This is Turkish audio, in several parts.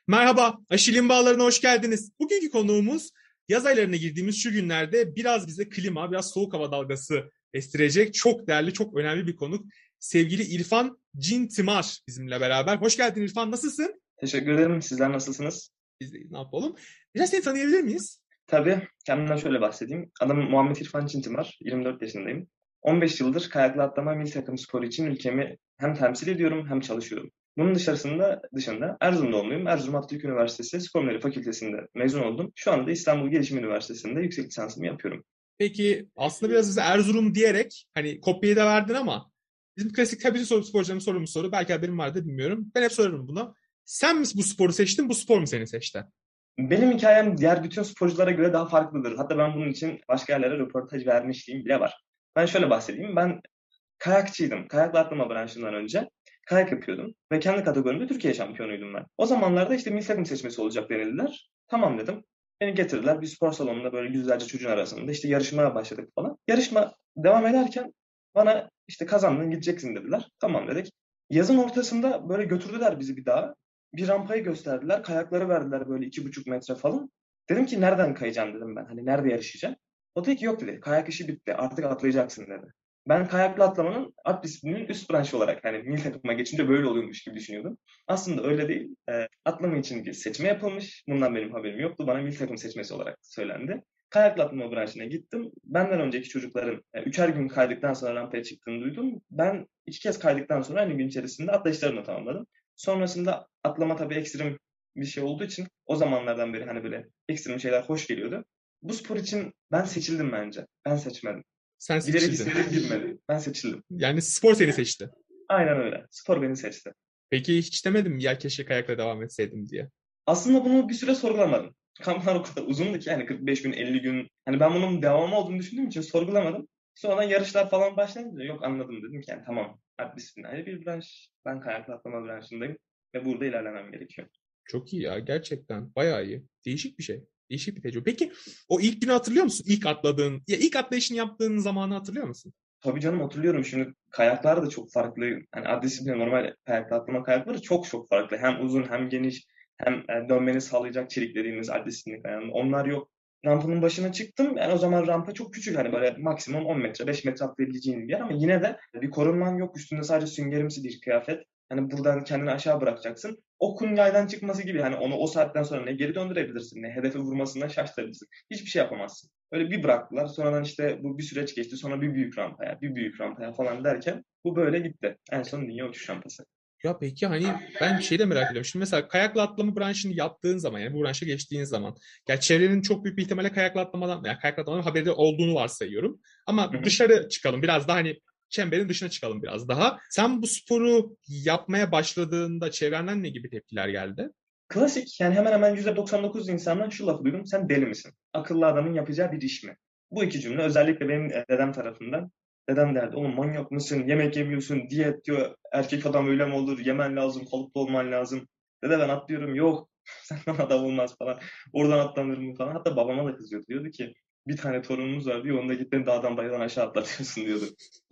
Merhaba, Aşil'in Bağları'na hoş geldiniz. Bugünkü konuğumuz yaz aylarına girdiğimiz şu günlerde biraz bize klima, biraz soğuk hava dalgası estirecek çok değerli, çok önemli bir konuk. Sevgili İrfan Cintimar bizimle beraber. Hoş geldin İrfan, nasılsın? Teşekkür ederim. Sizler nasılsınız? Biz de ne yapalım? Biraz seni tanıyabilir miyiz? Tabii kendimden şöyle bahsedeyim. Adım Muhammed İrfan Çintimar. 24 yaşındayım. 15 yıldır kayaklı atlama milli takım sporu için ülkemi hem temsil ediyorum hem çalışıyorum. Bunun dışında Erzurum doğumluyum. Erzurum Atatürk Üniversitesi Spor Bilimleri Fakültesi'nde mezun oldum. Şu anda İstanbul Gelişim Üniversitesi'nde yüksek lisansımı yapıyorum. Peki aslında biraz bize Erzurum diyerek hani kopyayı da verdin ama bizim klasik tabii bütün sporcuların sorduğumuz soru belki haberim vardı bilmiyorum. Ben hep sorarım bunu. Sen mi bu sporu seçtin, bu spor mu seni seçti? Benim hikayem diğer bütün sporculara göre daha farklıdır. Hatta ben bunun için başka yerlere röportaj vermişliğim bile var. Ben şöyle bahsedeyim. Ben kayakçıydım. Kayakla atlama branşından önce kayak yapıyordum. Ve kendi kategorimde Türkiye şampiyonuydum ben. O zamanlarda işte milli takım seçmesi olacak denildiler. Tamam dedim. Beni getirdiler. Bir spor salonunda böyle yüzlerce çocuğun arasında işte yarışmaya başladık falan. Yarışma devam ederken bana işte kazandın gideceksin dediler. Tamam dedik. Yazın ortasında böyle götürdüler bizi bir daha. Bir rampayı gösterdiler. Kayakları verdiler böyle 2,5 metre falan. Dedim ki nereden kayacağım dedim ben. Hani nerede yarışacağım? O dedi ki yok dedi. Kayak işi bitti. Artık atlayacaksın dedi. Ben kayaklı atlamanın at disiplininin üst branşı olarak hani milli takıma geçince böyle oluyormuş gibi düşünüyordum. Aslında öyle değil. Atlama için bir seçme yapılmış. Bundan benim haberim yoktu. Bana milli takım seçmesi olarak söylendi. Kayaklı atlama branşına gittim. Benden önceki çocukların 3'er gün kaydıktan sonra rampaya çıktığını duydum. Ben 2 kez kaydıktan sonra aynı gün içerisinde atlayışlarını tamamladım. Sonrasında atlama tabii ekstrem bir şey olduğu için o zamanlardan beri hani böyle ekstrem şeyler hoş geliyordu. Bu spor için ben seçildim bence. Ben seçmedim. Sen Bilerek seçildin. istediğim girmedi. Ben seçildim. Yani spor seni seçti. Aynen öyle. Spor beni seçti. Peki hiç demedim mi ya keşke kayakla devam etseydim diye. Aslında bunu bir süre sorgulamadım. Kamplar o kadar uzundu ki yani 45 gün, 50 gün. Hani ben bunun devamı olduğunu düşündüğüm için sorgulamadım. Sonradan yarışlar falan başlayınca yok anladım dedim ki yani tamam. Alp disiplini ayrı bir branş. Ben kayaklı atlama branşındayım. Ve burada ilerlemem gerekiyor. Çok iyi ya gerçekten bayağı iyi. Değişik bir şey. Değişik bir tecrübe. Peki o ilk günü hatırlıyor musun? İlk atladığın, ya ilk atlayışını yaptığın zamanı hatırlıyor musun? Tabii canım hatırlıyorum şimdi kayaklar da çok farklı. Hani ad disiplini normal kayaklı atlama kayakları çok çok farklı. Hem uzun hem geniş hem dönmeni sağlayacak çelik dediğimiz ad disiplini kayağın. Onlar yok. Rampanın başına çıktım. Yani o zaman rampa çok küçük. Hani böyle maksimum 10 metre, 5 metre atlayabileceğin bir yer ama yine de bir korunman yok. Üstünde sadece süngerimsi bir kıyafet. Hani buradan kendini aşağı bırakacaksın. Okun yaydan çıkması gibi hani onu o saatten sonra ne geri döndürebilirsin ne hedefe vurmasından şaştırabilirsin. Hiçbir şey yapamazsın. Öyle bir bıraktılar. Sonradan işte bu bir süreç geçti. Sonra bir büyük rampaya, bir büyük rampaya falan derken bu böyle gitti. En son dünya uçuş rampası. Ya peki hani ben şey de merak ediyorum. Şimdi mesela kayakla atlama branşını yaptığın zaman yani bu branşa geçtiğin zaman ya çevrenin çok büyük bir ihtimalle kayakla atlamadan ya kayakla atlamadan haberi olduğunu varsayıyorum. Hı Ama hı. dışarı çıkalım biraz daha hani çemberin dışına çıkalım biraz daha. Sen bu sporu yapmaya başladığında çevrenden ne gibi tepkiler geldi? Klasik yani hemen hemen %99 insandan şu lafı duydum. Sen deli misin? Akıllı adamın yapacağı bir iş mi? Bu iki cümle özellikle benim dedem tarafından. Dedem derdi oğlum manyak mısın? Yemek yemiyorsun. Diyet diyor. Erkek adam öyle mi olur? Yemen lazım. Kalıplı olman lazım. Dede ben atlıyorum. Yok. Senden adam olmaz falan. Oradan atlanır mı falan. Hatta babama da kızıyordu. Diyordu ki bir tane torunumuz var diyor. Onu da git beni dağdan bayırdan aşağı atlatıyorsun diyordu.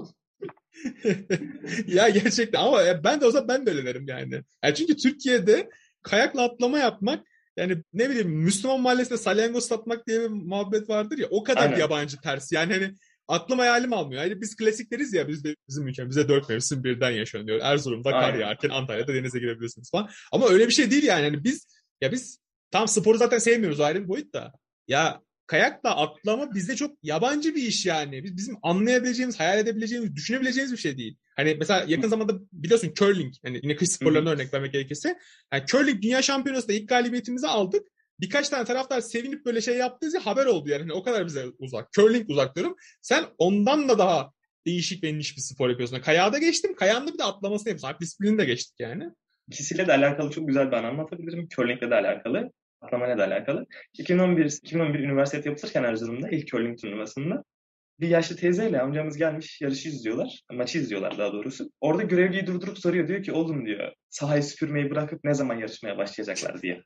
Ya gerçekten ama ben de o zaman ben de öyle derim yani. Yani çünkü Türkiye'de kayakla atlama yapmak yani ne bileyim Müslüman mahallesinde salyangoz satmak diye bir muhabbet vardır ya o kadar Aynen. yabancı ters. Yani hani aklım hayalim almıyor. Yani biz klasikleriz ya bizim ülkemizde dört mevsim birden yaşanıyor. Erzurum'da kar Aynen. yağarken Antalya'da denize girebilirsiniz falan. Ama öyle bir şey değil yani. Hani biz tam sporu zaten sevmiyoruz ayrı bir boyut da. Ya kayakla atlama bizde çok yabancı bir iş yani. Bizim anlayabileceğimiz, hayal edebileceğimiz, düşünebileceğimiz bir şey değil. Hani mesela yakın zamanda biliyorsun curling, hani yine kış Hı hı. sporlarına örnek vermek gerekirse. Yani curling Dünya Şampiyonası'nda ilk galibiyetimizi aldık. Birkaç tane taraftar sevinip böyle şey yaptığı için haber oldu yani. Hani o kadar bize uzak. Curling uzak diyorum. Sen ondan da daha değişik ve niş bir spor yapıyorsun. Kayağa da geçtim. Kayağında bir de atlamasını yapıyorsun. Alp disiplini de geçtik yani. İkisiyle de alakalı çok güzel bir anı anlatabilirim. Curling'le de alakalı, atlamayla da alakalı. 2011 üniversite yapılırken Erzurum'da ilk curling turnuvasında bir yaşlı teyzeyle amcamız gelmiş yarışı izliyorlar. Maçı izliyorlar daha doğrusu. Orada görevliyi durdurup soruyor. Diyor ki oğlum diyor sahayı süpürmeyi bırakıp ne zaman yarışmaya başlayacaklar diye.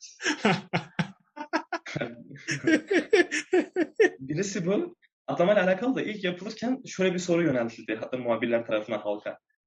Birisi bu. Atlamayla alakalı da ilk yapılırken şöyle bir soru yöneltildi. Hatta muhabirler tarafından halka.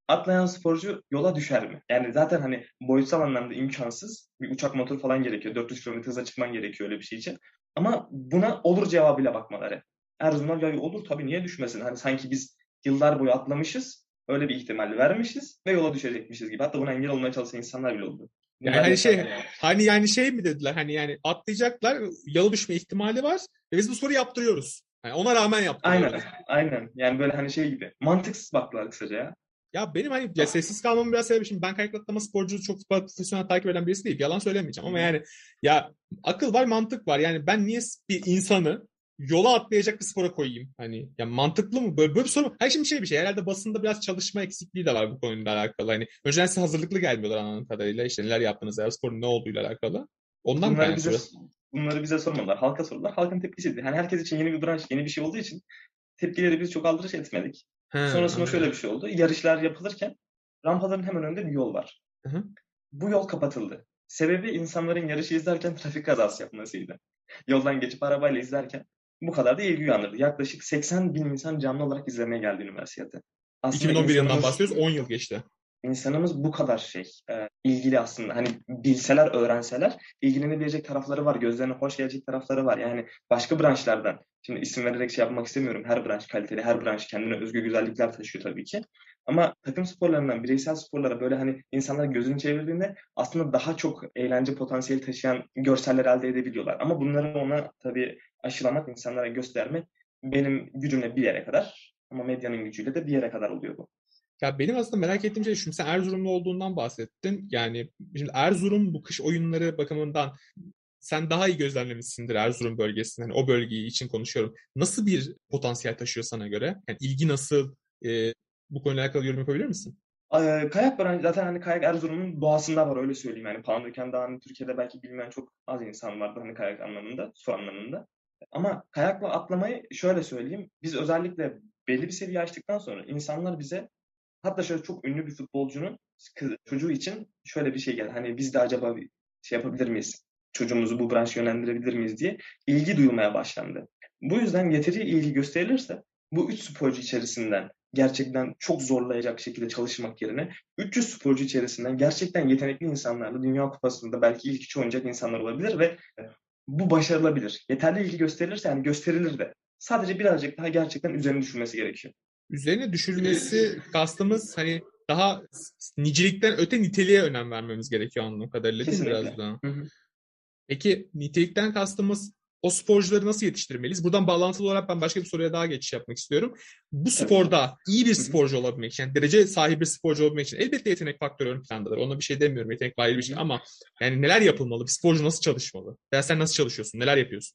atlayan sporcu yola düşer mi? Yani zaten hani boyutsal anlamda imkansız. Bir uçak motoru falan gerekiyor. 400 km hıza çıkman gerekiyor öyle bir şey için. Ama buna olur cevabıyla bakmaları. Erzurumlar ya olur tabii niye düşmesin? Hani sanki biz yıllar boyu atlamışız. Öyle bir ihtimal vermişiz ve yola düşecekmişiz gibi. Hatta buna engel olmaya çalışan insanlar bile oldu. Yani Bunlar yaşandı yani. hani yani şey mi dediler, hani yani atlayacaklar, yola düşme ihtimali var ve biz bu soru yaptırıyoruz. Yani ona rağmen Aynen, yaptırıyoruz. aynen. Yani böyle hani şey gibi. Mantıksız baktılar kısaca ya. Ya benim hani ya sessiz kalmamın biraz sebebi, şimdi ben kayak atlama sporculuğu çok profesyonel takip eden birisi değil. Yalan söylemeyeceğim Hı ama hı. yani ya akıl var, mantık var. Yani ben niye bir insanı yola atlayacak bir spora koyayım? Hani ya mantıklı mı? Böyle bir soru mu? Hayır, şimdi bir şey. Herhalde basında biraz çalışma eksikliği de var bu konuyla alakalı. Hani önceden size hazırlıklı gelmiyorlar anladığım kadarıyla. İşte neler yaptınız, her sporun ne olduğuyla alakalı. Ondan mı Bunları bize kaynaklı? bunları bize sormadılar. Halka sordular. Halkın tepkisiydi. Hani herkes için yeni bir branş, yeni bir şey olduğu için tepkileri biz çok aldırış etmedik. He, Sonrasında şöyle anladım. bir şey oldu. Yarışlar yapılırken rampaların hemen önünde bir yol var. Hı hı. Bu yol kapatıldı. Sebebi insanların yarışı izlerken trafik kazası yapmasıydı. Yoldan geçip arabayla izlerken bu kadar da ilgi uyandırdı. Yaklaşık 80 bin insan canlı olarak izlemeye geldi üniversitede. Aslında 2011 yılından insanımız bahsediyoruz. 10 yıl geçti. İnsanımız bu kadar ilgili aslında. Hani bilseler, öğrenseler ilgilenebilecek tarafları var. Gözlerine hoş gelecek tarafları var. Yani başka branşlardan, şimdi isim vererek şey yapmak istemiyorum. Her branş kaliteli, her branş kendine özgü güzellikler taşıyor tabii ki. Ama takım sporlarından bireysel sporlara böyle hani insanlar gözünü çevirdiğinde aslında daha çok eğlence potansiyeli taşıyan görseller elde edebiliyorlar. Ama bunları ona tabii aşılamak, insanlara göstermek benim gücümle bir yere kadar ama medyanın gücüyle de bir yere kadar oluyor bu. Ya benim aslında merak ettiğim şey şu. Sen Erzurumlu olduğundan bahsettin. Yani şimdi Erzurum bu kış oyunları bakımından sen daha iyi gözlemlemişsindir Erzurum bölgesini. Hani o bölgeyi için konuşuyorum. Nasıl bir potansiyel taşıyor sana göre? Yani ilgi nasıl? E, Bu konuyla alakalı yorum yapabilir misin? Kayak var zaten hani kayak Erzurum'un doğasında var öyle söyleyeyim yani Palandöken Dağı'nı Türkiye'de belki bilmeyen çok az insan vardı hani kayak anlamında, su anlamında. Ama kayakla atlamayı şöyle söyleyeyim. Biz özellikle belli bir seviye açtıktan sonra insanlar bize hatta şöyle çok ünlü bir futbolcunun çocuğu için şöyle bir şey geldi. Hani biz de acaba bir şey yapabilir miyiz? Çocuğumuzu bu branşa yönlendirebilir miyiz diye ilgi duyulmaya başlandı. Bu yüzden yeteri ilgi gösterilirse bu üç sporcu içerisinden gerçekten çok zorlayacak şekilde çalışmak yerine 300 sporcu içerisinden gerçekten yetenekli insanlarla Dünya Kupası'nda belki ilk üç oynayacak insanlar olabilir ve bu başarılabilir. Yeterli ilgi gösterilirse yani gösterilir de. Sadece birazcık daha gerçekten üzerine düşülmesi gerekiyor. Üzerine düşürülmesi kastımız hani daha nicelikten öte niteliğe önem vermemiz gerekiyor anladığım kadarıyla, değil mi biraz Kesinlikle. daha? Hı hı. Peki nitelikten kastımız o sporcuları nasıl yetiştirmeliyiz? Buradan bağlantılı olarak ben başka bir soruya daha geçiş yapmak istiyorum. Bu Tabii ki. sporda iyi bir Hı hı. sporcu olabilmek için, yani derece sahibi bir sporcu olabilmek için elbette yetenek faktörü ön plandadır. Ona bir şey demiyorum. Yetenek var ayrı Hı bir şey hı. ama yani neler yapılmalı? Bir sporcu nasıl çalışmalı? Veya sen nasıl çalışıyorsun? Neler yapıyorsun?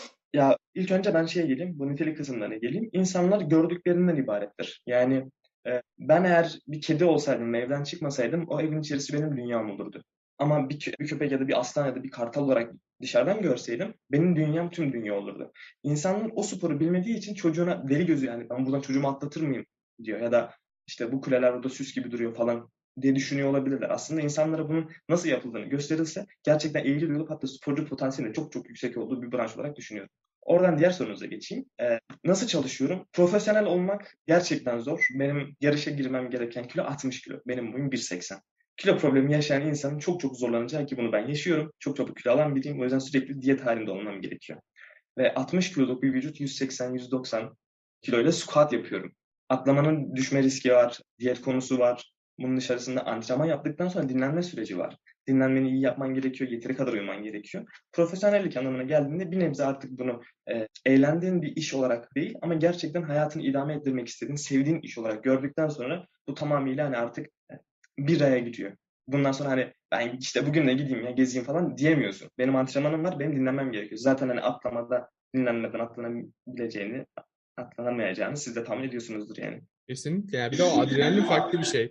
Ya ilk önce ben şeye geleyim, bu nitelik kısımlarına geleyim. İnsanlar gördüklerinden ibarettir. Yani ben eğer bir kedi olsaydım ve evden çıkmasaydım o evin içerisi benim dünyam olurdu. Ama bir köpek ya da bir aslan ya da bir kartal olarak dışarıdan görseydim benim dünyam tüm dünya olurdu. İnsanlar o sporu bilmediği için çocuğuna deli gözü yani ben buradan çocuğumu atlatır mıyım diyor ya da işte bu kuleler burada süs gibi duruyor falan diye düşünüyor olabilirler. Aslında insanlara bunun nasıl yapıldığını gösterilse gerçekten ilgi duyulup hatta sporcu potansiyeli çok çok yüksek olduğu bir branş olarak düşünüyorum. Oradan diğer sorunuza geçeyim. Nasıl çalışıyorum? Profesyonel olmak gerçekten zor. Benim yarışa girmem gereken kilo 60 kilo. Benim boyum 1,80. Kilo problemi yaşayan insanın çok çok zorlanacağı ki bunu ben yaşıyorum. Çok çabuk kilo alan biriyim. O yüzden sürekli diyet halinde olmam gerekiyor. Ve 60 kiloluk bir vücut 180-190 kiloyla squat yapıyorum. Atlamanın düşme riski var, diyet konusu var. Bunun dışarısında antrenman yaptıktan sonra dinlenme süreci var. Dinlenmeni iyi yapman gerekiyor, yeteri kadar uyuman gerekiyor. Profesyonellik anlamına geldiğinde bir nebze artık bunu eğlendiğin bir iş olarak değil ama gerçekten hayatını idame ettirmek istediğin, sevdiğin iş olarak gördükten sonra bu tamamıyla hani artık bir aya gidiyor. Bundan sonra hani ben işte bugün de gideyim ya gezeyim falan diyemiyorsun. Benim antrenmanım var, benim dinlenmem gerekiyor. Zaten hani atlamada dinlenmeden atlanabileceğini, atlanamayacağını siz de tahmin ediyorsunuzdur yani. Kesinlikle. Yani bir de o adrenalin farklı bir şey.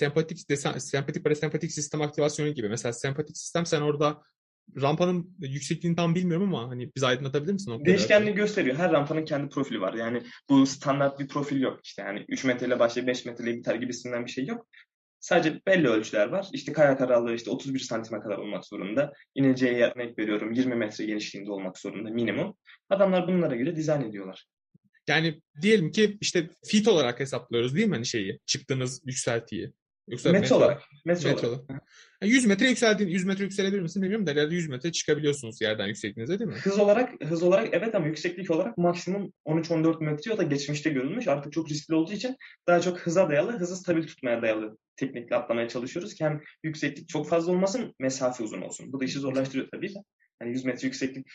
Sempatik parasempatik sistem aktivasyonu gibi. Mesela sempatik sistem, sen orada rampanın yüksekliğini tam bilmiyorum ama hani bizi aydınlatabilir misin o konuyla alakalı? Değişkenliği gösteriyor. Her rampanın kendi profili var. Yani bu standart bir profil yok. İşte yani 3 metreyle başlayıp 5 metreyle biter gibisinden bir şey yok. Sadece belli ölçüler var. İşte kayak aralığı işte 31 santime kadar olmak zorunda. İneceği yer örnek veriyorum 20 metre genişliğinde olmak zorunda minimum. Adamlar bunlara göre dizayn ediyorlar. Yani diyelim ki işte fit olarak hesaplıyoruz değil mi hani şeyi, çıktığınız yükseltiyi. Yoksa Metre metre, olarak. Metre metre olarak. olarak. Yani 100 metre yükseldiğin, 100 metre yükselebilir misin bilmiyorum da herhalde 100 metre çıkabiliyorsunuz yerden yüksekliğinize değil mi? Hız olarak evet, ama yükseklik olarak maksimum 13-14 metre, o da geçmişte görülmüş. Artık çok riskli olduğu için daha çok hıza dayalı, hızı stabil tutmaya dayalı teknikle atlamaya çalışıyoruz ki hem yükseklik çok fazla olmasın, mesafe uzun olsun. Bu da işi zorlaştırıyor tabii de. Hani 100 metre yükseklik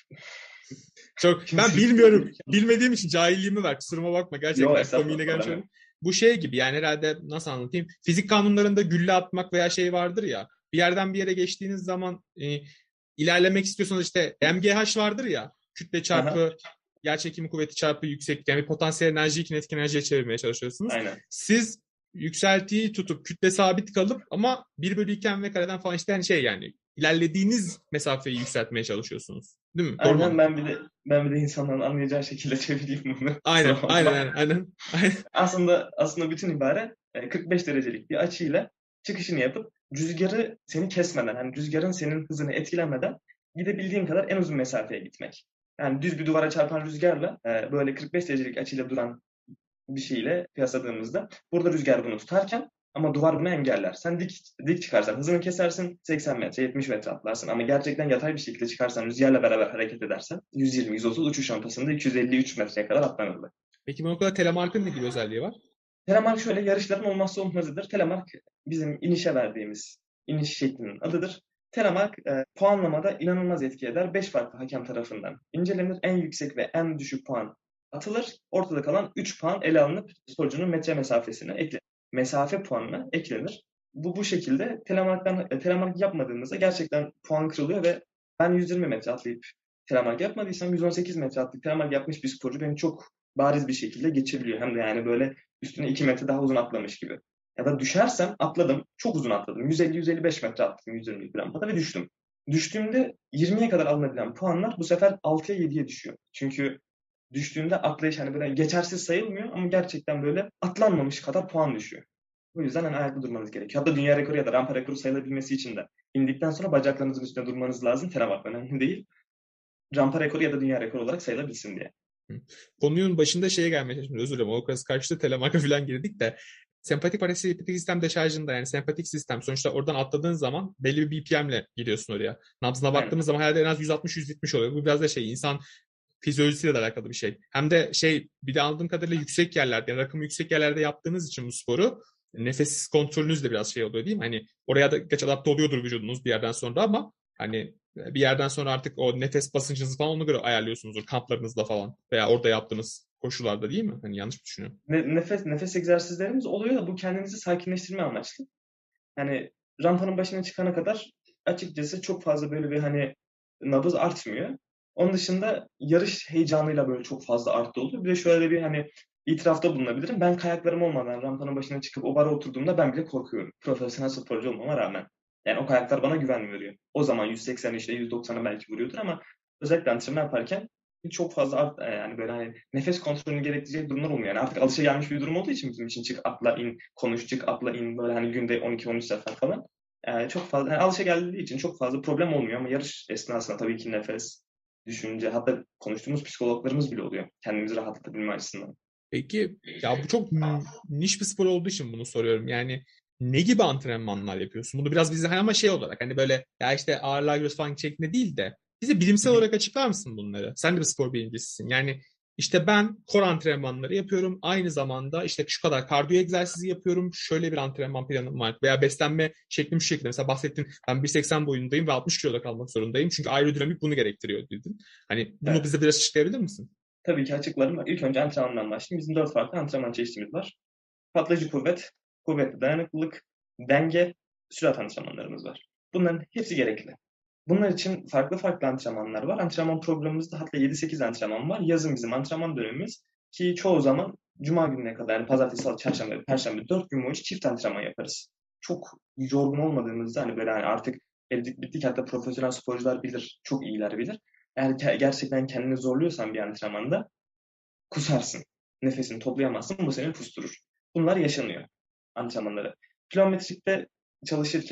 Çok ben kimse bilmiyorum. istemiyor. Bilmediğim için cahilliğimi var. Kusuruma bakma. Yo, Gerçekten estağfurullah, komiğine gelmiş problem yok. olabilir. Bu şey gibi yani herhalde nasıl anlatayım? Fizik kanunlarında gülle atmak veya şey vardır ya. Bir yerden bir yere geçtiğiniz zaman ilerlemek istiyorsanız işte MGH vardır ya. Kütle Aha, çarpı yerçekimi kuvveti çarpı yükseklik. Yani potansiyel enerjiyi kinetik enerjiye çevirmeye çalışıyorsunuz. aynen. Siz yükseltiyi tutup kütle sabit kalıp ama 1/2 m kareden falan işte hani şey yani ilerlediğiniz mesafeyi yükseltmeye çalışıyorsunuz. Değil mi? Doğru mu Aynen, anladım? ben bir de insanların anlayacağı şekilde çevireyim bunu. Aynen, Kusura aynen, bakma. aynen, aynen. Aynen. Aslında bütün ibare 45 derecelik bir açıyla çıkışını yapıp rüzgarı seni kesmeden, hani rüzgarın senin hızını etkilemeden gidebildiğin kadar en uzun mesafeye gitmek. Yani düz bir duvara çarpan rüzgarla böyle 45 derecelik açıyla duran bir şeyle kıyasladığımızda burada rüzgar bunu tutarken ama duvar bunu engeller. Sen dik çıkarsan hızını kesersin, 80 metre, 70 metre atlarsın, ama gerçekten yatay bir şekilde çıkarsan, rüzgarla beraber hareket edersen 120-130, uçuş rampasında 250-300 metreye kadar atlanır. Peki bu noktada telemarkın ne gibi özelliği var? Telemark şöyle, yarışların olmazsa olmazıdır. Telemark bizim inişe verdiğimiz iniş şeklinin adıdır. Telemark puanlamada inanılmaz etki eder. 5 farklı hakem tarafından incelenir. En yüksek ve en düşük puan atılır. Ortada kalan 3 puan ele alınıp sporcunun metre mesafesine eklenir. Mesafe puanına eklenir. Bu şekilde telemark yapmadığımızda gerçekten puan kırılıyor ve ben 120 metre atlayıp telemark yapmadıysam 118 metre atlayıp telemark yapmış bir sporcu beni çok bariz bir şekilde geçebiliyor. Hem de yani böyle üstüne 2 metre daha uzun atlamış gibi. Ya da düşersem, atladım, çok uzun atladım. 150-155 metre atladım 120 rampada ve düştüm. Düştüğümde 20'ye kadar alınabilen puanlar bu sefer 6'ya 7'ye düşüyor. Çünkü düştüğünde atlayış hani böyle geçersiz sayılmıyor ama gerçekten böyle atlanmamış kadar puan düşüyor. O yüzden hani ayakta durmanız gerekiyor. Hatta dünya rekoru ya da rampa rekoru sayılabilmesi için de indikten sonra bacaklarınızın üstünde durmanız lazım. Teramak önemli değil. Rampa rekoru ya da dünya rekoru olarak sayılabilsin diye. Hı. Konunun başında şeye gelmeye çalıştım. Özür dilerim. O kadar karşıtı telemarka falan girdik de. Sempatik parasempatik sistem deşarjında yani sempatik sistem sonuçta oradan atladığın zaman belli bir BPM'le giriyorsun oraya. Nabzına Aynen. baktığımız zaman herhalde en az 160-170 oluyor. Bu biraz da şey insan fizyolojisiyle de alakalı bir şey. Hem de şey bir de anladığım kadarıyla yüksek yerlerde yani rakımı yüksek yerlerde yaptığınız için bu sporu nefes kontrolünüz de biraz şey oluyor değil mi? Hani oraya da geç adapte oluyordur vücudunuz bir yerden sonra ama hani bir yerden sonra artık o nefes basıncınızı falan ona göre ayarlıyorsunuzdur kamplarınızda falan veya orada yaptığınız koşullarda değil mi? Hani yanlış mı düşünüyorum? Nefes egzersizlerimiz oluyor da bu kendinizi sakinleştirme amaçlı. Yani rampanın başına çıkana kadar açıkçası çok fazla böyle bir hani nabız artmıyor. Onun dışında yarış heyecanıyla böyle çok fazla arttı oluyor. Bir de şöyle bir hani itirafta bulunabilirim. Ben kayaklarım olmadan rampanın başına çıkıp o bara oturduğumda ben bile korkuyorum. Profesyonel sporcu olmama rağmen. Yani o kayaklar bana güven veriyor. O zaman 180 işte 190'a belki vuruyordur ama özellikle antrenman yaparken çok fazla yani böyle hani nefes kontrolünü gerektirecek durumlar olmuyor. Yani artık alışagelmiş bir durum olduğu için bizim için çık atla in, konuş çık atla in, böyle hani günde 12-13 sefer falan. Çok fazla yani alışageldiği için çok fazla problem olmuyor ama yarış esnasında tabii ki nefes, düşünce, hatta konuştuğumuz psikologlarımız bile oluyor. Kendimizi rahatlatabilme açısından. Peki ya bu çok niş bir spor olduğu için bunu soruyorum. Yani ne gibi antrenmanlar yapıyorsun? Bunu biraz bize hani ama şey olarak hani böyle ya işte ağırlığa göre falan şeklinde değil de bize bilimsel olarak açıklar mısın bunları? Sen de bir spor bilimcisisin. Yani işte ben core antrenmanları yapıyorum. Aynı zamanda işte şu kadar kardiyo egzersizi yapıyorum. Şöyle bir antrenman planım var. Veya beslenme şeklim şu şekilde. Mesela bahsettin ben 1,80 boyundayım ve 60 kiloda kalmak zorundayım. Çünkü aerodinamik bunu gerektiriyor dedin. Hani bunu Evet. bize biraz açıklayabilir misin? Tabii ki açıklarım. İlk önce antrenmandan başlayayım. Bizim 4 farklı antrenman çeşitimiz var. Patlayıcı kuvvet, kuvvetli dayanıklılık, denge, sürat antrenmanlarımız var. Bunların hepsi gerekli. Bunlar için farklı farklı antrenmanlar var. Antrenman programımızda hatta 7-8 antrenman var. Yazın bizim antrenman dönemimiz ki çoğu zaman Cuma gününe kadar yani Pazartesi, Salı, Çarşamba, Perşembe 4 gün boyunca çift antrenman yaparız. Çok yorgun olmadığımızda hani böyle hani artık evlilik bittik, hatta profesyonel sporcular bilir, çok iyiler bilir. Eğer gerçekten kendini zorluyorsan bir antrenmanda kusarsın. Nefesini toplayamazsın. Bu seni kusturur. Bunlar yaşanıyor antrenmanları. Plyometrikte çalışırken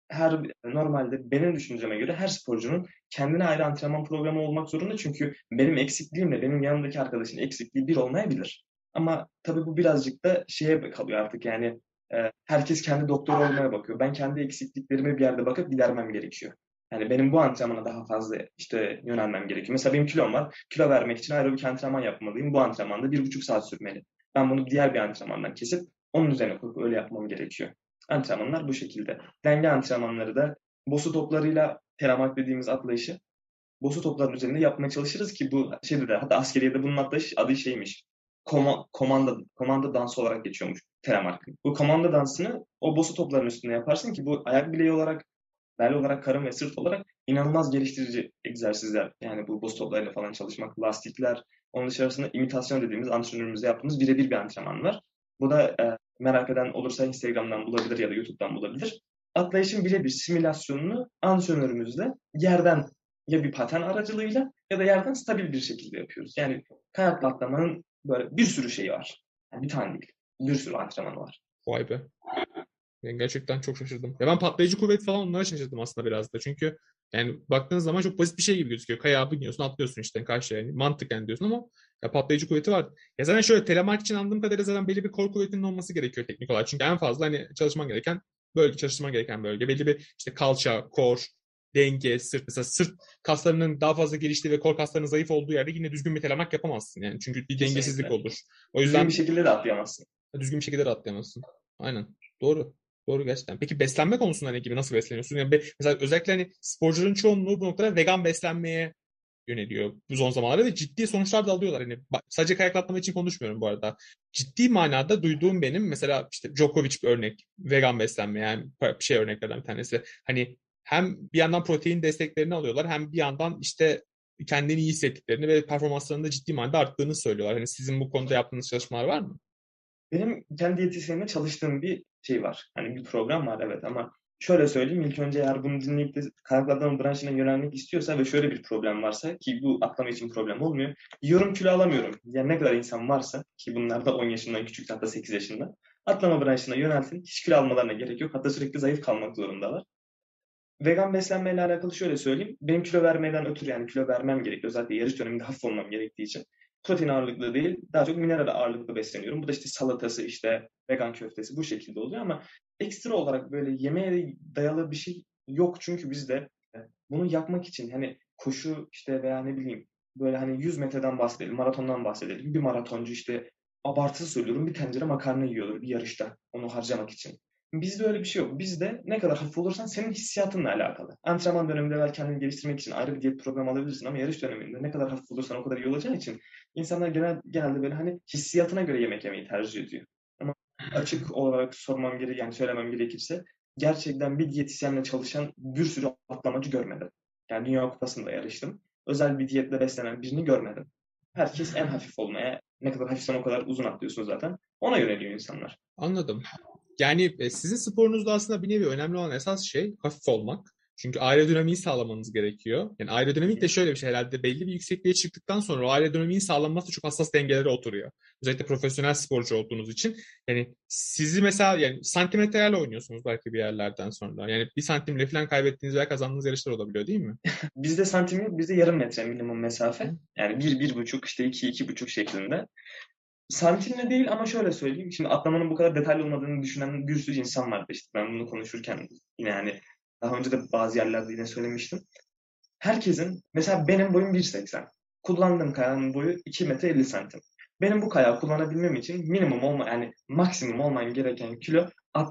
normalde benim düşünceme göre her sporcunun kendine ayrı antrenman programı olmak zorunda. Çünkü benim eksikliğimle benim yanımdaki arkadaşın eksikliği bir olmayabilir. Ama tabii bu birazcık da şeye kalıyor artık, yani herkes kendi doktoru olmaya bakıyor. Ben kendi eksikliklerime bir yerde bakıp gidermem gerekiyor. Yani benim bu antrenmana daha fazla işte yönelmem gerekiyor. Mesela benim kilom var. Kilo vermek için aerobik antrenman yapmalıyım. Bu antrenmanda 1,5 saat sürmeli. Ben bunu diğer bir antrenmandan kesip onun üzerine koyup öyle yapmam gerekiyor. Antrenmanlar bu şekilde. Denge antrenmanları da bosu toplarıyla telamak dediğimiz atlayışı bosu topların üzerinde yapmaya çalışırız ki bu şeyde de, hatta askeriyede bunun atlayış adı şeymiş. Komanda dansı olarak geçiyormuş telemark. Bu komanda dansını o bosu topların üstünde yaparsın ki bu ayak bileği olarak, bel olarak, karın ve sırt olarak inanılmaz geliştirici egzersizler. Yani bu bosu toplarıyla falan çalışmak, lastikler, onun dışarısında imitasyon dediğimiz antrenörümüzle yaptığımız birebir bir antrenman var. Bu da merak eden olursa Instagram'dan bulabilir ya da YouTube'dan bulabilir. Atlayışın birebir simülasyonunu antrenörümüzle yerden, ya bir paten aracılığıyla ya da yerden stabil bir şekilde yapıyoruz. Yani kayakla atlamanın böyle bir sürü şeyi var. Yani bir tane değil. Bir sürü antrenmanı var. Vay be. Yani gerçekten çok şaşırdım. Ya ben patlayıcı kuvvet falan onlara şaşırdım aslında biraz da. Çünkü yani baktığınız zaman çok basit bir şey gibi gözüküyor. Kayağa biniyorsun, atlıyorsun işte karşıya. Yani mantıken diyorsun ama ya patlayıcı kuvveti var. Ya zaten şöyle telemark için anladığım kadarıyla zaten belli bir kol kuvvetinin olması gerekiyor teknik olarak. Çünkü en fazla hani çalışman gereken bölge. Belli bir işte kalça, kor, denge, sırt. Mesela sırt kaslarının daha fazla geliştiği ve kol kaslarının zayıf olduğu yerde yine düzgün bir telemark yapamazsın. Yani çünkü bir dengesizlik Kesinlikle. olur. O Düzgün bir yüzden şekilde de atlayamazsın. düzgün bir şekilde de atlayamazsın. Aynen. Doğru. Doğru gerçekten. Peki beslenme konusunda ne gibi? Nasıl besleniyorsun? Yani mesela özellikle hani sporcuların çoğunluğu bu noktada vegan beslenmeye yöneliyor bu son zamanlarda ve ciddi sonuçlar da alıyorlar. Hani sadece kayaklatlama için konuşmuyorum bu arada. Ciddi manada duyduğum benim mesela işte Djokovic bir örnek. Vegan beslenme yani şey örneklerden bir tanesi. Hani hem bir yandan protein desteklerini alıyorlar hem bir yandan işte kendini iyi hissettiklerini ve performanslarının da ciddi manada arttığını söylüyorlar. Hani sizin bu konuda yaptığınız çalışmalar var mı? Benim kendi diyetisyenimle çalıştığım bir şey var. Hani bir program var, evet, ama şöyle söyleyeyim, ilk önce eğer bunu dinleyip de kayak atlama branşına yönelmek istiyorsa ve şöyle bir problem varsa, ki bu atlama için problem olmuyor. Yiyorum, kilo alamıyorum. Yani ne kadar insan varsa, ki bunlar da 10 yaşından küçük, hatta 8 yaşında. Atlama branşına yönelsin. Hiç kilo almalarına gerek yok. Hatta sürekli zayıf kalmak zorundalar. Vegan beslenmeyle alakalı şöyle söyleyeyim. Benim kilo vermeden ötürü, yani kilo vermem gerekiyor. Özellikle yarış döneminde hafif olmam gerektiği için. Protein ağırlıklı değil, daha çok mineral ağırlıklı besleniyorum. Bu da işte salatası, işte vegan köftesi bu şekilde oluyor ama ekstra olarak böyle yemeğe dayalı bir şey yok. Çünkü bizde bunu yapmak için hani koşu işte veya ne bileyim böyle hani 100 metreden bahsedelim, maratondan bahsedelim. Bir maratoncu işte abartılı söylüyorum bir tencere makarna yiyordur bir yarışta onu harcamak için. Bizde öyle bir şey yok. Bizde ne kadar hafif olursan senin hissiyatınla alakalı. Antrenman döneminde belki kendini geliştirmek için ayrı bir diyet programı alabilirsin ama yarış döneminde ne kadar hafif olursan o kadar iyi olacağın için insanlar genelde böyle hani hissiyatına göre yemek yemeyi tercih ediyor. Ama açık olarak sormam gerek, yani söylemem gerekirse gerçekten bir diyetisyenle çalışan bir sürü atlamacı görmedim. Yani Dünya Kupası'nda yarıştım. Özel bir diyetle beslenen birini görmedim. Herkes en hafif olmaya, ne kadar hafifsen o kadar uzun atlıyorsun zaten. Ona yöneliyor insanlar. Anladım. Yani sizin sporunuzda aslında bir nevi önemli olan esas şey hafif olmak. Çünkü aerodinamiği sağlamanız gerekiyor. Yani aerodinamik de şöyle bir şey herhalde belli bir yüksekliğe çıktıktan sonra o aerodinamiğin sağlanması çok hassas dengelere oturuyor. Özellikle profesyonel sporcu olduğunuz için. Yani sizi mesela yani santimetrelerle oynuyorsunuz belki bir yerlerden sonra. Yani bir santimle falan kaybettiğiniz veya kazandığınız yarışlar olabiliyor değil mi? Bizde santim yok, bizde yarım metre minimum mesafe. Hı. Yani 1-1,5 işte 2-2,5 şeklinde. Santimle değil ama şöyle söyleyeyim. Şimdi atlamanın bu kadar detaylı olmadığını düşünen bir sürü insan vardı işte. Ben bunu konuşurken yine yani daha önce de bazı yerlerde yine söylemiştim. Herkesin, mesela benim boyum 1,80. Kullandığım kayağın boyu 2 metre 50 santim. Benim bu kayağı kullanabilmem için minimum yani maksimum olman gereken kilo